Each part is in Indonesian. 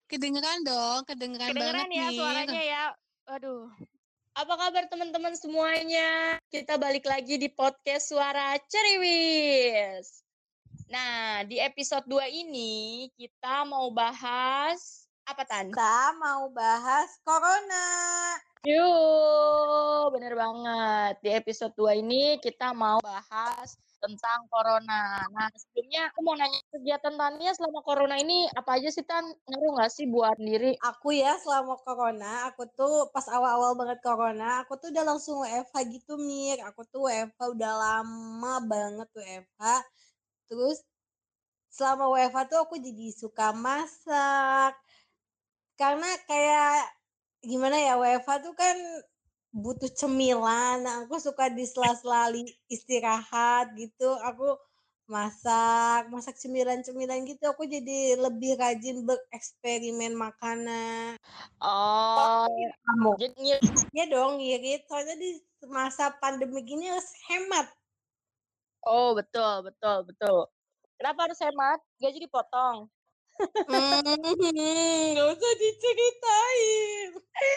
Kedengeran dong, kedengeran banget Kedengeran ya Mir. suaranya ya. Aduh. Apa kabar teman-teman semuanya? Kita balik lagi di podcast Suara Ceriwis. Nah, di episode 2 ini kita mau bahas apa, Tan? Kita mau bahas corona. Yuk, bener banget. Di episode 2 ini kita mau bahas tentang corona. Nah, sebelumnya aku mau nanya kegiatan Tania selama corona ini apa aja sih, Tan? Ngaruh nggak sih buat diri? Aku ya selama corona, aku tuh pas awal-awal banget corona, aku tuh udah langsung WFH gitu Mir. Aku tuh WFH udah lama banget WFH. Terus selama WFH tuh aku jadi suka masak. Karena kayak gimana ya, WFH tuh kan butuh cemilan. Nah, aku suka di sela-sela istirahat gitu, aku masak cemilan-cemilan gitu. Aku jadi lebih rajin bereksperimen makanan. Oh, Kamu? jadi Iya dong, ngirit. Soalnya di masa pandemi gini harus hemat. oh betul betul betul. Kenapa harus hemat? Gaji dipotong. Nggak usah diceritain.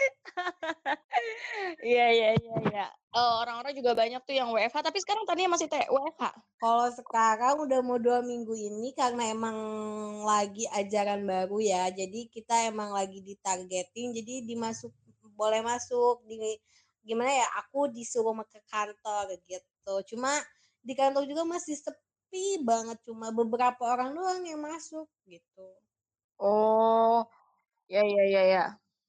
Iya iya iya iya. Orang-orang juga banyak tuh yang WFH, tapi sekarang tadinya masih WFH. Kalau sekarang udah mau 2 minggu ini karena emang lagi ajaran baru ya, jadi kita emang lagi ditargeting, jadi boleh masuk gimana ya, aku disuruh ke kantor gitu. Cuma di kantor juga masih sepi banget, cuma beberapa orang doang yang masuk gitu. Oh, ya ya ya ya.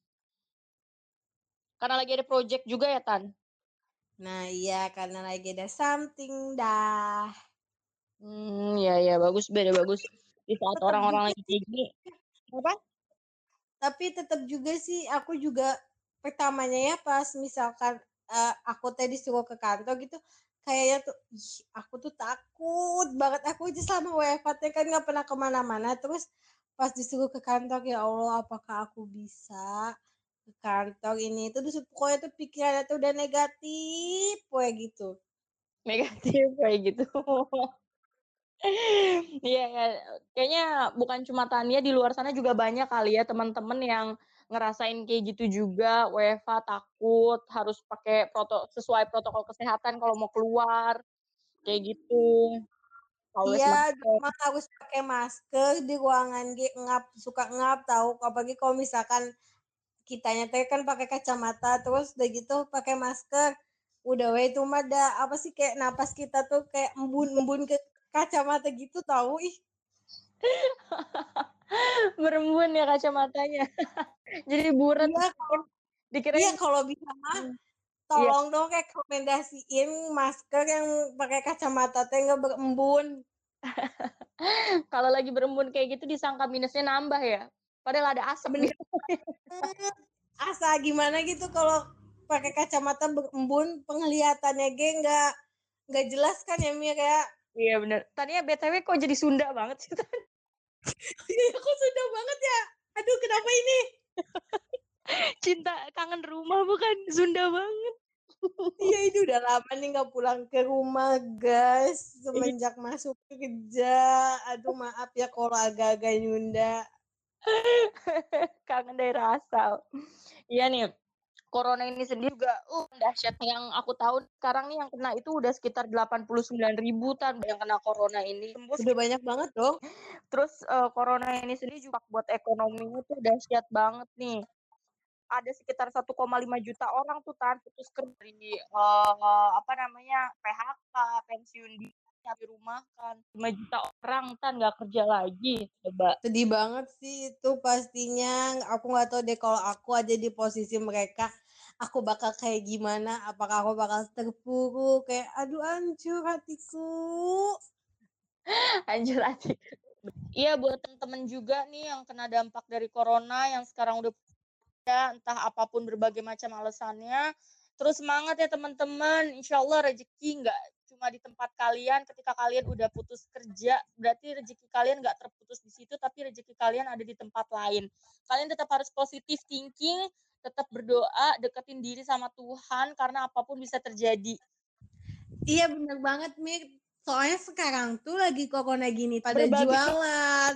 Karena lagi ada project juga ya, Tan? Nah iya, karena lagi ada something dah. Ya ya, bagus, beda bagus. Di saat Tetap orang-orang juga lagi sih kayak gini, apa? Tapi tetap juga sih aku juga pertamanya ya pas misalkan, aku tadi disuruh ke kantor gitu, kayaknya tuh, ih aku tuh takut banget, aku aja selama WFH kan nggak pernah kemana mana, terus pas disuruh ke kantor, ya Allah apakah aku bisa ke kantor ini, terus pokoknya tuh pikirannya tuh udah negatif kayak gitu. Negatif kayak gitu. Iya ya, kayaknya bukan cuma Tania, di luar sana juga banyak kali ya teman-teman yang ngerasain kayak gitu juga, WFH takut, harus pakai sesuai protokol kesehatan kalau mau keluar, kayak gitu. Always Iya, di masker. rumah harus pakai masker, di ruangan ngap, suka ngap tahu, apalagi kalau misalkan kitanya teh kan pakai kacamata, terus udah gitu pakai masker, udah we itu mah ada apa sih, kayak napas kita tuh kayak embun-embun ke kacamata gitu tahu ih. Berembun ya kacamatanya. Jadi buret, Iya, iya dikirain kalau bisa mah iya, tolong dong kayak rekomendasiin masker yang pakai kacamata teh nggak berembun. kalau lagi berembun kayak gitu disangka minusnya nambah ya, padahal ada asap Bener gitu. banget. Asa gimana gitu kalau pakai kacamata berembun, penglihatannya nggak jelas kan ya Mir ya. Iya bener. Tadinya BTW kok jadi Sunda banget sih? Iya, aku sudah banget ya. Aduh, kenapa ini? Cinta kangen rumah bukan, Sunda banget. Iya, ini udah lama nih nggak pulang ke rumah, guys. Iya, Semenjak masuk kerja. Aduh, maaf ya kalau agak-agak nyunda. kangen daerah asal. Iya nih, corona ini sendiri juga dahsyat. Yang aku tahu sekarang nih yang kena itu udah sekitar 89.000 Tan yang kena corona ini. Tembus. Udah banyak banget dong. Terus corona ini sendiri juga buat ekonominya tuh dahsyat banget nih. Ada sekitar 1,5 juta orang tuh Tan putus kerja dari apa namanya, PHK, pensiun dini, dirumahkan. 5 juta orang Tan nggak kerja lagi, coba. Sedih banget sih itu pastinya. Aku nggak tahu deh kalau aku ada di posisi mereka. Aku bakal kayak gimana? Apakah aku bakal terpuruk? Kayak, aduh hancur hatiku. Anjir Atik. Iya buat temen-temen juga nih yang kena dampak dari corona, yang sekarang udah entah apapun berbagai macam alasannya. Terus semangat ya teman-teman, insya Allah rezeki nggak cuma di tempat kalian. Ketika kalian udah putus kerja, berarti rezeki kalian nggak terputus di situ, tapi rezeki kalian ada di tempat lain. Kalian tetap harus positive thinking, tetap berdoa, deketin diri sama Tuhan, karena apapun bisa terjadi. Iya bener banget Mir. Soalnya sekarang tuh lagi corona gini pada Berbagi jualan.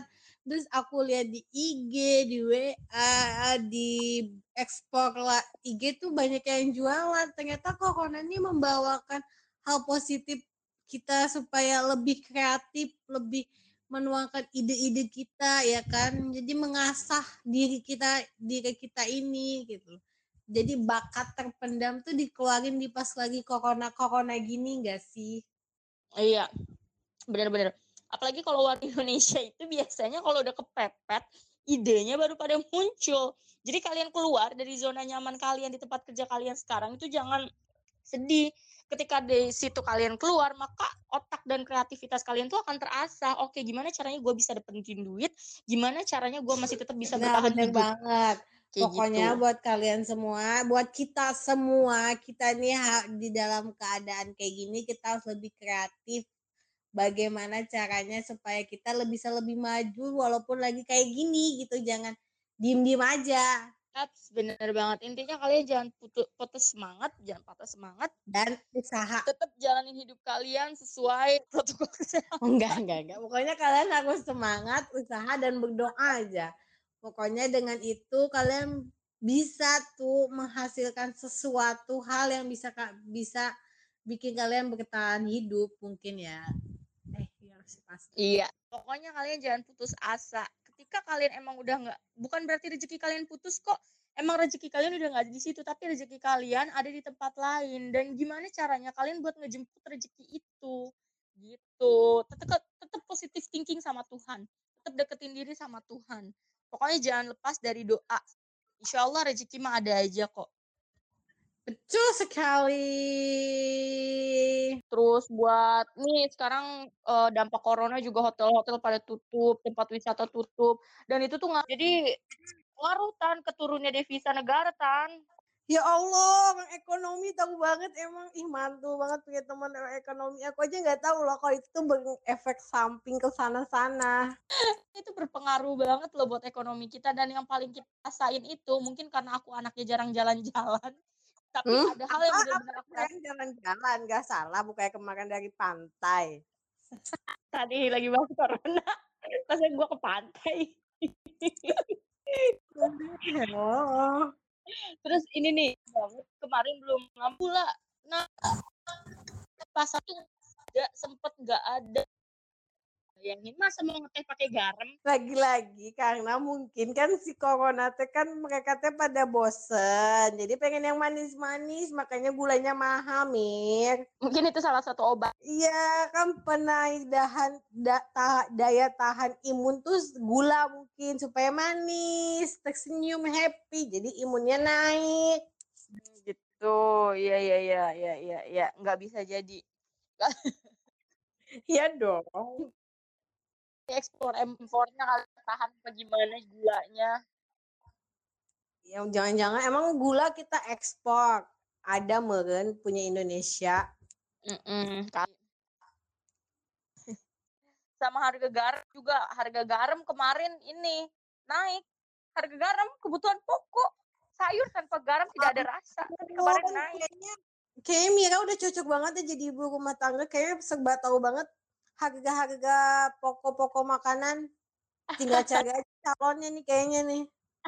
Terus aku lihat di IG, di WA, di ekspor lah IG tuh banyak yang jualan. Ternyata corona ini membawakan hal positif kita supaya lebih kreatif, lebih menuangkan ide-ide kita ya kan. Jadi mengasah diri kita ini gitu. Jadi bakat terpendam tuh dikeluarin di pas lagi corona gini gak sih? Iya, benar-benar. Apalagi kalau warga Indonesia itu biasanya kalau udah kepepet, idenya baru pada muncul. Jadi kalian keluar dari zona nyaman kalian di tempat kerja kalian sekarang itu jangan sedih. Ketika di situ kalian keluar, maka otak dan kreativitas kalian tuh akan terasah. Oke, gimana caranya gue bisa dapetin duit? Gimana caranya gue masih tetap bisa Nah, bertahan bener hidup? banget. Kayak Pokoknya gitu. buat kalian semua, buat kita semua, kita nih di dalam keadaan kayak gini, kita harus lebih kreatif. Bagaimana caranya supaya kita bisa lebih maju walaupun lagi kayak gini gitu. Jangan diem-diem aja. Bener banget. Intinya kalian jangan putus semangat, jangan patah semangat. Dan usaha. Tetap jalanin hidup kalian sesuai protokol kesehatan. Enggak. Pokoknya kalian harus semangat, usaha, dan berdoa aja. Pokoknya dengan itu kalian bisa tuh menghasilkan sesuatu hal yang bisa bikin kalian bertahan hidup mungkin ya. Iya sih pasti. Iya. Pokoknya kalian jangan putus asa. Ketika kalian emang udah nggak, bukan berarti rezeki kalian putus kok. Emang rezeki kalian udah nggak ada di situ, tapi rezeki kalian ada di tempat lain. Dan gimana caranya kalian buat ngejemput rezeki itu? Gitu. Tetap positive thinking sama Tuhan. Tetap deketin diri sama Tuhan. Pokoknya jangan lepas dari doa. Insya Allah rezeki mah ada aja kok. Betul sekali. Terus buat nih sekarang dampak corona juga hotel-hotel pada tutup, tempat wisata tutup, dan itu tuh jadi ngaruh Tan ke turunnya devisa negara Tan. Ya Allah, orang ekonomi tahu banget emang. Ih, mantul banget punya teman orang ekonomi. Aku aja nggak tahu loh kalau itu tuh berefek samping ke sana-sana. Itu berpengaruh banget loh buat ekonomi kita, dan yang paling kita rasain itu mungkin karena aku anaknya jarang jalan-jalan. Tapi ada hal yang benar-benar aku rasain. Jalan-jalan nggak salah, bukannya kemarin dari pantai. Tadi lagi bahas corona, masa gue ke pantai. Oh. Terus ini nih, kemarin belum ngambil lah. Nah, pasar tuh sempet nggak ada. Bayangin masa mau ngeteh pakai garam. Lagi-lagi karena mungkin kan si corona teh kan mereka teh pada bosen. Jadi pengen yang manis-manis, makanya gulanya mahal, Mir. Mungkin itu salah satu obat. Iya, kan daya tahan imun tuh gula mungkin supaya manis, tersenyum, happy. Jadi imunnya naik. Gitu. Iya. Nggak bisa jadi. Iya dong. Ekspor impornya kali tahan apa gimana gulanya. Ya, jangan-jangan emang gula kita ekspor. Ada meren punya Indonesia. Sama harga garam juga. Harga garam kemarin ini naik. Harga garam kebutuhan pokok. Sayur tanpa garam tidak ada rasa. Tapi kemarin naik. Kayaknya Mira udah cocok banget ya jadi ibu rumah tangga. Kayaknya serba tahu banget harga-harga pokok-pokok makanan. Tinggal cari aja calonnya nih kayaknya nih.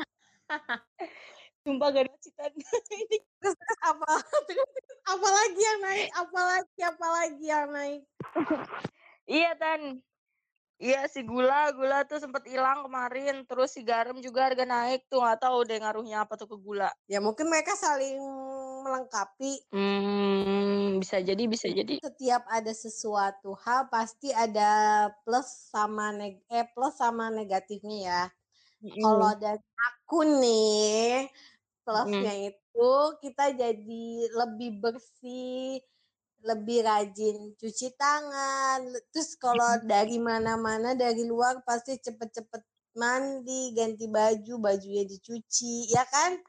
Sumpah gak ada cita ini. Terus apa lagi yang naik? Apalagi yang naik? Iya Tan. Iya si gula tuh sempet hilang kemarin. Terus si garam juga harga naik tuh, nggak tahu deh ngaruhnya apa tuh ke gula. Ya mungkin mereka saling melengkapi. Bisa jadi. Setiap ada sesuatu hal pasti ada plus sama negatifnya ya. Kalau dari aku nih, plusnya itu kita jadi lebih bersih, lebih rajin cuci tangan. Terus kalau dari mana-mana dari luar pasti cepet-cepet mandi, ganti bajunya dicuci, ya kan?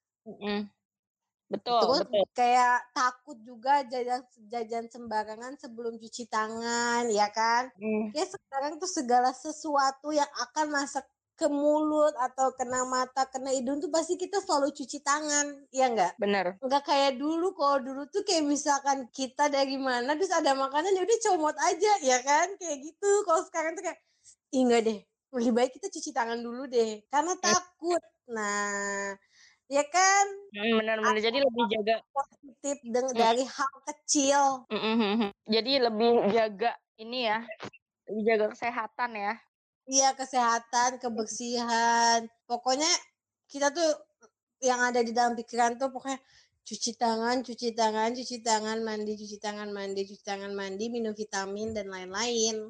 Betul. Kayak takut juga jajan sembarangan sebelum cuci tangan, ya kan? Kayak sekarang tuh segala sesuatu yang akan masuk ke mulut atau kena mata, kena hidung tuh pasti kita selalu cuci tangan, ya enggak? Bener. Enggak kayak dulu. Kalau dulu tuh kayak misalkan kita dari mana terus ada makanan ya udah comot aja, ya kan? Kayak gitu. Kalau sekarang tuh kayak enggak deh, lebih baik kita cuci tangan dulu deh, karena takut. Nah, ya kan, Benar-benar jadi lebih jaga. positif dari hal kecil. Jadi lebih jaga ini ya, lebih jaga kesehatan ya. Iya, kesehatan, kebersihan. Pokoknya kita tuh yang ada di dalam pikiran tuh pokoknya cuci tangan, cuci tangan, cuci tangan, mandi, cuci tangan, mandi, cuci tangan, mandi, minum vitamin dan lain-lain.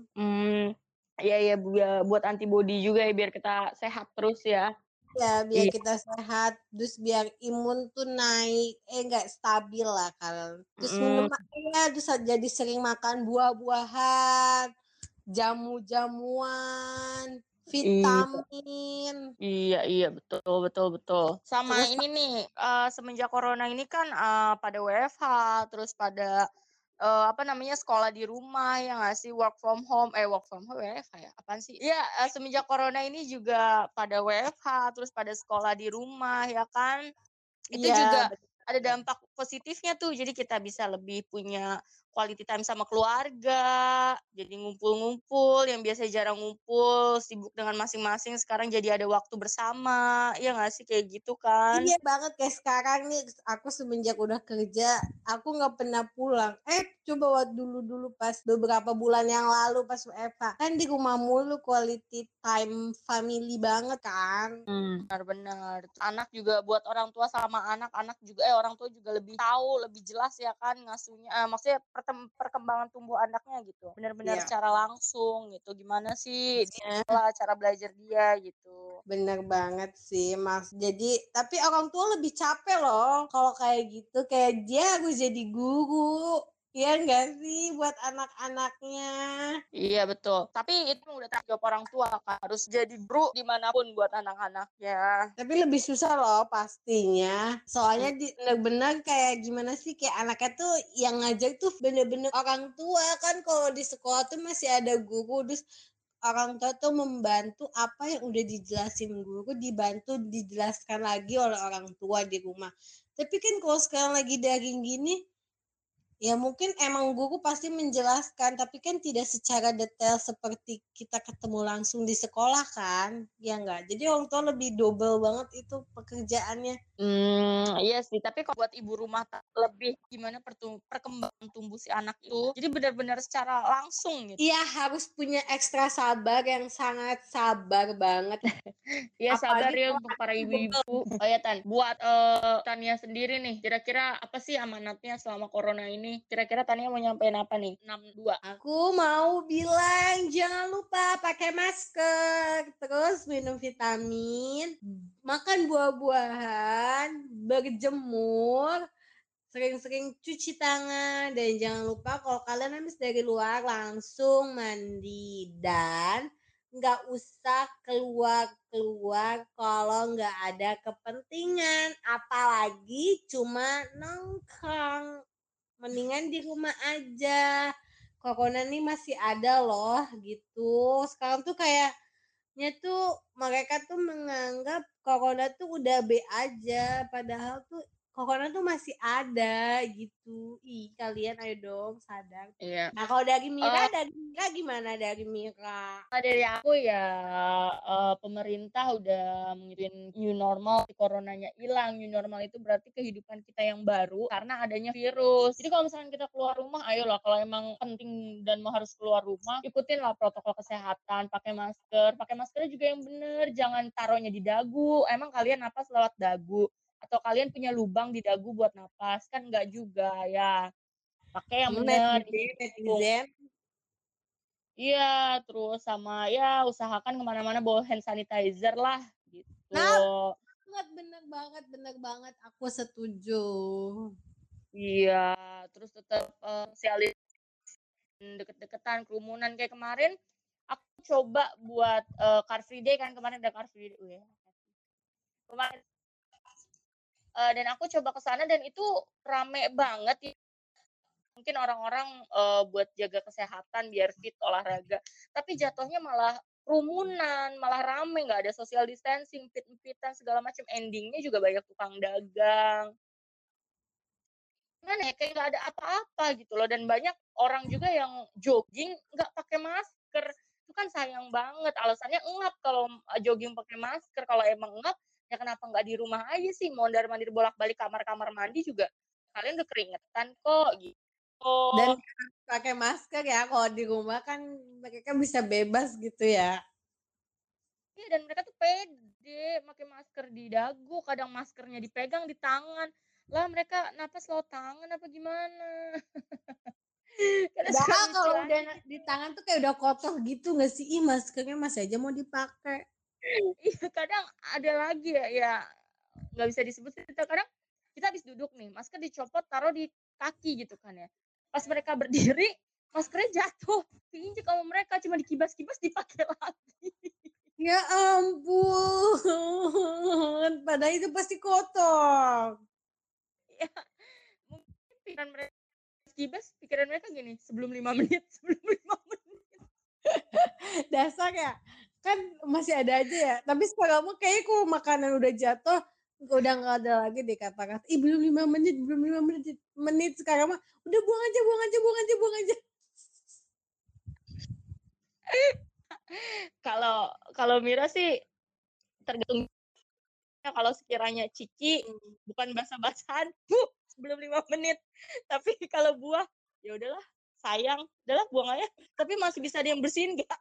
Iya buat antibody juga ya biar kita sehat terus ya. Ya, biar Iya. kita sehat, terus biar imun tuh naik, enggak stabil lah kan. Terus minum air, terus jadi sering makan buah-buahan, jamu-jamuan, vitamin. Iya betul. Sama Terus ini nih semenjak corona ini kan pada WFH terus pada sekolah di rumah ya nggak sih work from home WFH ya apaan sih ya semenjak corona ini juga pada WFH terus pada sekolah di rumah ya kan itu iya, juga ada dampak positifnya tuh jadi kita bisa lebih punya quality time sama keluarga jadi ngumpul-ngumpul yang biasa jarang ngumpul sibuk dengan masing-masing sekarang jadi ada waktu bersama ya nggak sih kayak gitu kan. iya banget kayak sekarang nih aku semenjak udah kerja aku nggak pernah pulang. Coba waktu dulu pas beberapa bulan yang lalu pas WFH kan di rumah mulu quality time family banget kan. Benar-benar anak juga buat orang tua sama anak juga orang tua juga lebih tahu lebih jelas ya kan ngasuhnya maksudnya perkembangan tumbuh anaknya gitu benar-benar Iya. secara langsung gitu gimana sih Iya. cara belajar dia gitu. Bener banget sih Mas. Jadi tapi orang tua lebih capek loh kalau kayak gitu. Kayak dia harus jadi guru. Iya enggak sih buat anak-anaknya. Iya betul tapi itu udah tanggung jawab orang tua kan harus jadi guru dimanapun buat anak-anaknya. Tapi lebih susah loh pastinya. Soalnya bener-bener kayak gimana sih kayak anaknya tuh yang ngajar tuh bener-bener orang tua kan kalau di sekolah tuh masih ada guru terus orang tua tuh membantu apa yang udah dijelasin guru dibantu dijelaskan lagi oleh orang tua di rumah. Tapi kan kalau sekarang lagi daring gini ya mungkin emang guru pasti menjelaskan tapi kan tidak secara detail seperti kita ketemu langsung di sekolah kan ya enggak jadi orang tua lebih double banget itu pekerjaannya. Iya sih tapi kalau buat ibu rumah lebih gimana perkembangan tumbuh si anak itu jadi benar-benar secara langsung gitu. Iya harus punya ekstra sabar yang sangat sabar banget. Iya sabar Apalagi ya kalau untuk para anaknya ibu-ibu. bebel. Oh ya Tan, buat Tania sendiri nih, kira-kira apa sih amanatnya selama corona ini? Kira-kira Tania mau nyampein apa nih? 62. Aku mau bilang jangan lupa pakai masker, terus minum vitamin, makan buah-buahan, berjemur, sering-sering cuci tangan, dan jangan lupa kalau kalian habis dari luar langsung mandi dan nggak usah keluar-keluar kalau nggak ada kepentingan, apalagi cuma nongkrong. Mendingan di rumah aja. Corona nih masih ada loh gitu. Sekarang tuh kayaknya tuh mereka tuh menganggap corona tuh udah B aja. Padahal tuh corona tuh masih ada gitu. Ih, kalian ayo dong sadar. Iya. Nah, kalau dari Mira gimana dari Mira? Dari aku ya pemerintah udah ngituin new normal, coronanya hilang. New normal itu berarti kehidupan kita yang baru karena adanya virus. Jadi kalau misalnya kita keluar rumah, ayolah kalau emang penting dan mau harus keluar rumah, ikutinlah protokol kesehatan, pakai masker. Pakai maskernya juga yang bener, jangan taruhnya di dagu. Emang kalian napas lewat dagu? Atau kalian punya lubang di dagu buat napas? Kan enggak juga ya. Pakai yang bener, Netizen. iya, terus sama ya usahakan kemana-mana bawa hand sanitizer lah gitu. Nah, bener banget. Aku setuju. Iya, terus tetap sosialis deket-deketan kerumunan kayak kemarin aku coba buat Car Free Day kan kemarin ada Car Free Day. Kemarin dan aku coba ke sana dan itu rame banget ya. Mungkin orang-orang buat jaga kesehatan biar fit olahraga tapi jatuhnya malah kerumunan malah rame nggak ada social distancing fit-fitan segala macam endingnya juga banyak tukang dagang gimana ya kayak nggak ada apa-apa gitu loh dan banyak orang juga yang jogging nggak pakai masker itu kan sayang banget. Alasannya engap kalau jogging pakai masker. Kalau emang engap, ya kenapa nggak di rumah aja sih? Mondar-mandir bolak-balik kamar-kamar mandi juga kalian udah keringetan kok gitu. Dan pakai masker ya, kalau di rumah kan mereka bisa bebas gitu ya. Iya, dan mereka tuh pede pakai masker di dagu, kadang maskernya dipegang di tangan. Lah mereka napas lewat tangan apa gimana? Kadang suka Padahal lucu kalau aja udah gitu. di tangan tuh kayak udah kotor gitu nggak sih? Ih, maskernya masih aja mau dipakai. Iya, kadang ada lagi ya nggak bisa disebut kita, kadang kita habis duduk nih, masker dicopot taruh di kaki gitu kan ya. Pas mereka berdiri, maskernya jatuh, diinjek sama mereka, cuma dikibas-kibas dipakai lagi. Ya ampun, padahal itu pasti kotor. Ya, mungkin pikiran mereka kibas, pikiran mereka gini, sebelum 5 menit, sebelum 5 menit. Dasar ya, kan masih ada aja ya. Tapi sekarang mah kayaknya kok makanan udah jatuh, udah nggak ada lagi deh kata-kata. Ih, belum 5 menit, belum 5 menit. Sekarang mah udah buang aja, buang aja, buang aja, buang aja. Kalau Mira sih tergantung, kalau sekiranya Cici bukan basa-basan, sebelum 5 menit. Tapi kalau buah, ya udahlah, sayang, udahlah buang aja. Tapi masih bisa ada yang bersihin nggak?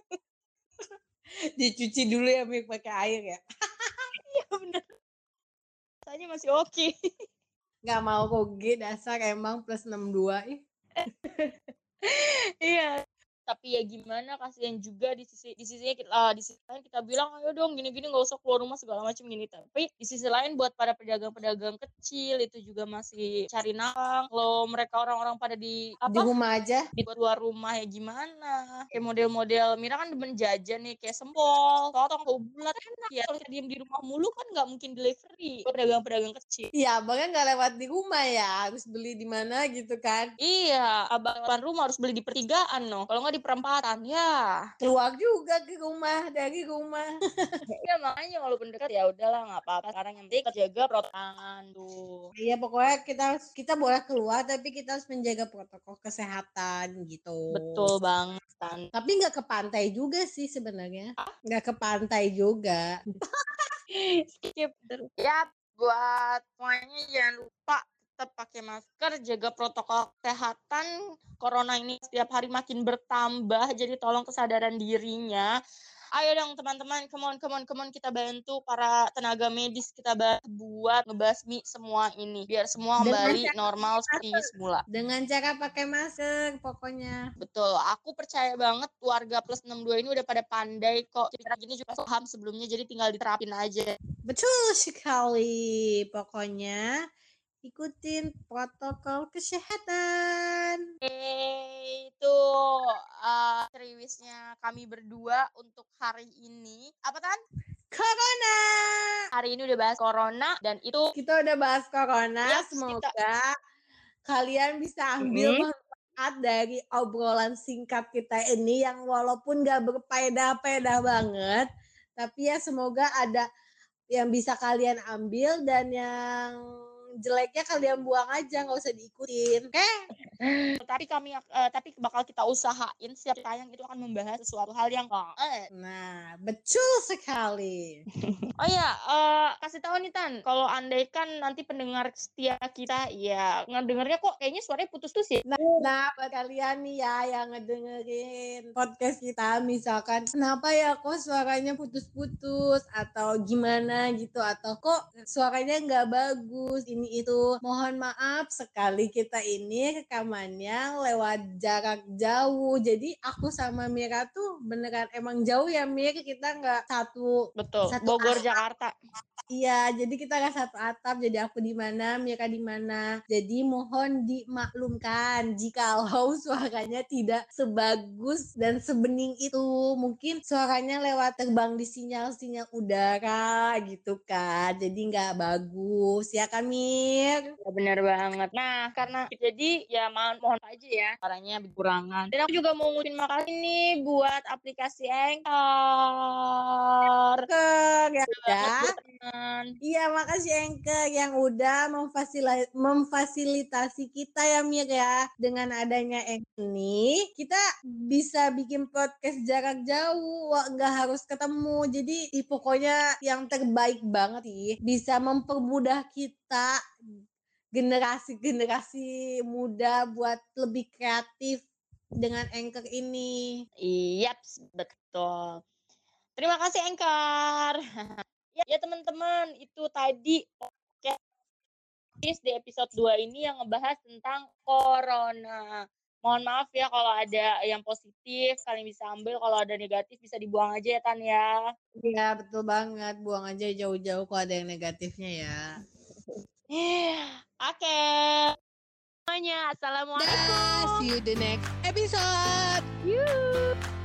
Dicuci dulu ya, Mik, pakai air ya. Iya bener. Rasanya masih oke. Nggak mau koge, dasar emang plus 62 ih. Iya. Tapi ya gimana, kasihan juga di sisi lain kita bilang ayo dong gini-gini nggak usah keluar rumah segala macam gini, tapi di sisi lain buat para pedagang-pedagang kecil itu juga masih cari nafkah. Kalau mereka orang-orang pada Di rumah aja. di luar rumah ya gimana, kayak model-model Mira kan demen jajan nih, kayak sempol, totong, tahu bulat, enak ya. Kalau kita diem di rumah mulu kan nggak mungkin delivery buat pedagang-pedagang kecil. Iya, abangnya nggak lewat di rumah ya, harus beli di mana gitu kan. Iya, abang depan rumah harus beli di pertigaan no, kalau nggak di perempatan ya. Keluar juga ke rumah, dari rumah. Iya makanya walaupun dekat ya udahlah nggak apa-apa, sekarang yang penting jaga protokol tuh. Iya, pokoknya kita boleh keluar, tapi kita harus menjaga protokol kesehatan gitu. Betul banget kan. Tapi nggak ke pantai juga sih sebenarnya. Nggak ke pantai juga. Skip terus. Ya buat semuanya jangan lupa tetap pakai masker, jaga protokol kesehatan. Corona ini setiap hari makin bertambah, jadi tolong kesadaran dirinya. Ayo dong teman-teman, come on, kita bantu para tenaga medis, kita bantu buat ngebasmi semua ini biar semua kembali normal seperti semula. Dengan cara pakai masker pokoknya. Betul, aku percaya banget warga plus 62 ini udah pada pandai kok. Cara gini juga paham sebelumnya, jadi tinggal diterapin aja. Betul sekali. Pokoknya ikutin protokol kesehatan. Itu seriwisnya kami berdua untuk hari ini. Apa Tan? Corona. Hari ini udah bahas corona dan itu Kita udah bahas corona. Yes, Semoga kalian bisa ambil manfaat dari obrolan singkat kita ini yang walaupun gak berfaedah-faedah banget, tapi ya semoga ada yang bisa kalian ambil dan yang jeleknya kalian buang aja, nggak usah diikutin. Oke? tapi bakal kita usahain setiap tayang itu akan membahas sesuatu hal yang Nah, betul sekali. Oh ya, kasih tahu nih Tan, kalau andaikan nanti pendengar setia kita ya ngedengernya kok kayaknya suaranya putus-putus ya. Nah, buat kalian nih ya yang ngedengerin podcast kita, misalkan kenapa ya kok suaranya putus-putus atau gimana gitu, atau kok suaranya nggak bagus, ini itu, mohon maaf sekali, kita ini rekamannya lewat jarak jauh, jadi aku sama Mira tuh beneran emang jauh ya Mir, kita nggak satu Bogor Jakarta. Iya, jadi kita nggak satu atap, jadi aku di mana, Mira di mana. Jadi mohon dimaklumkan jikalau suaranya tidak sebagus dan sebening itu. Mungkin suaranya lewat terbang di sinyal-sinyal udara gitu kan. Jadi nggak bagus, ya kan Mir? Ya, bener banget. Nah, karena jadi ya mohon aja ya suaranya kekurangan. Dan aku juga mau ngucapin makasih nih buat aplikasi Anchor. Ya, Iya, makasih Anchor yang udah memfasilitasi kita ya Mir ya. Dengan adanya Anchor ini, kita bisa bikin podcast jarak jauh, nggak harus ketemu. Jadi pokoknya yang terbaik banget sih. Bisa mempermudah kita generasi muda buat lebih kreatif dengan Anchor ini. Yaps, betul. Terima kasih Anchor. Ya teman-teman, itu tadi podcast di episode 2 ini yang ngebahas tentang corona. Mohon maaf ya kalau ada yang positif, kalian bisa ambil. Kalau ada negatif bisa dibuang aja ya Tan ya. Iya, betul banget. Buang aja jauh-jauh kalau ada yang negatifnya ya. Oke. Semuanya, assalamualaikum. See you the next episode. You.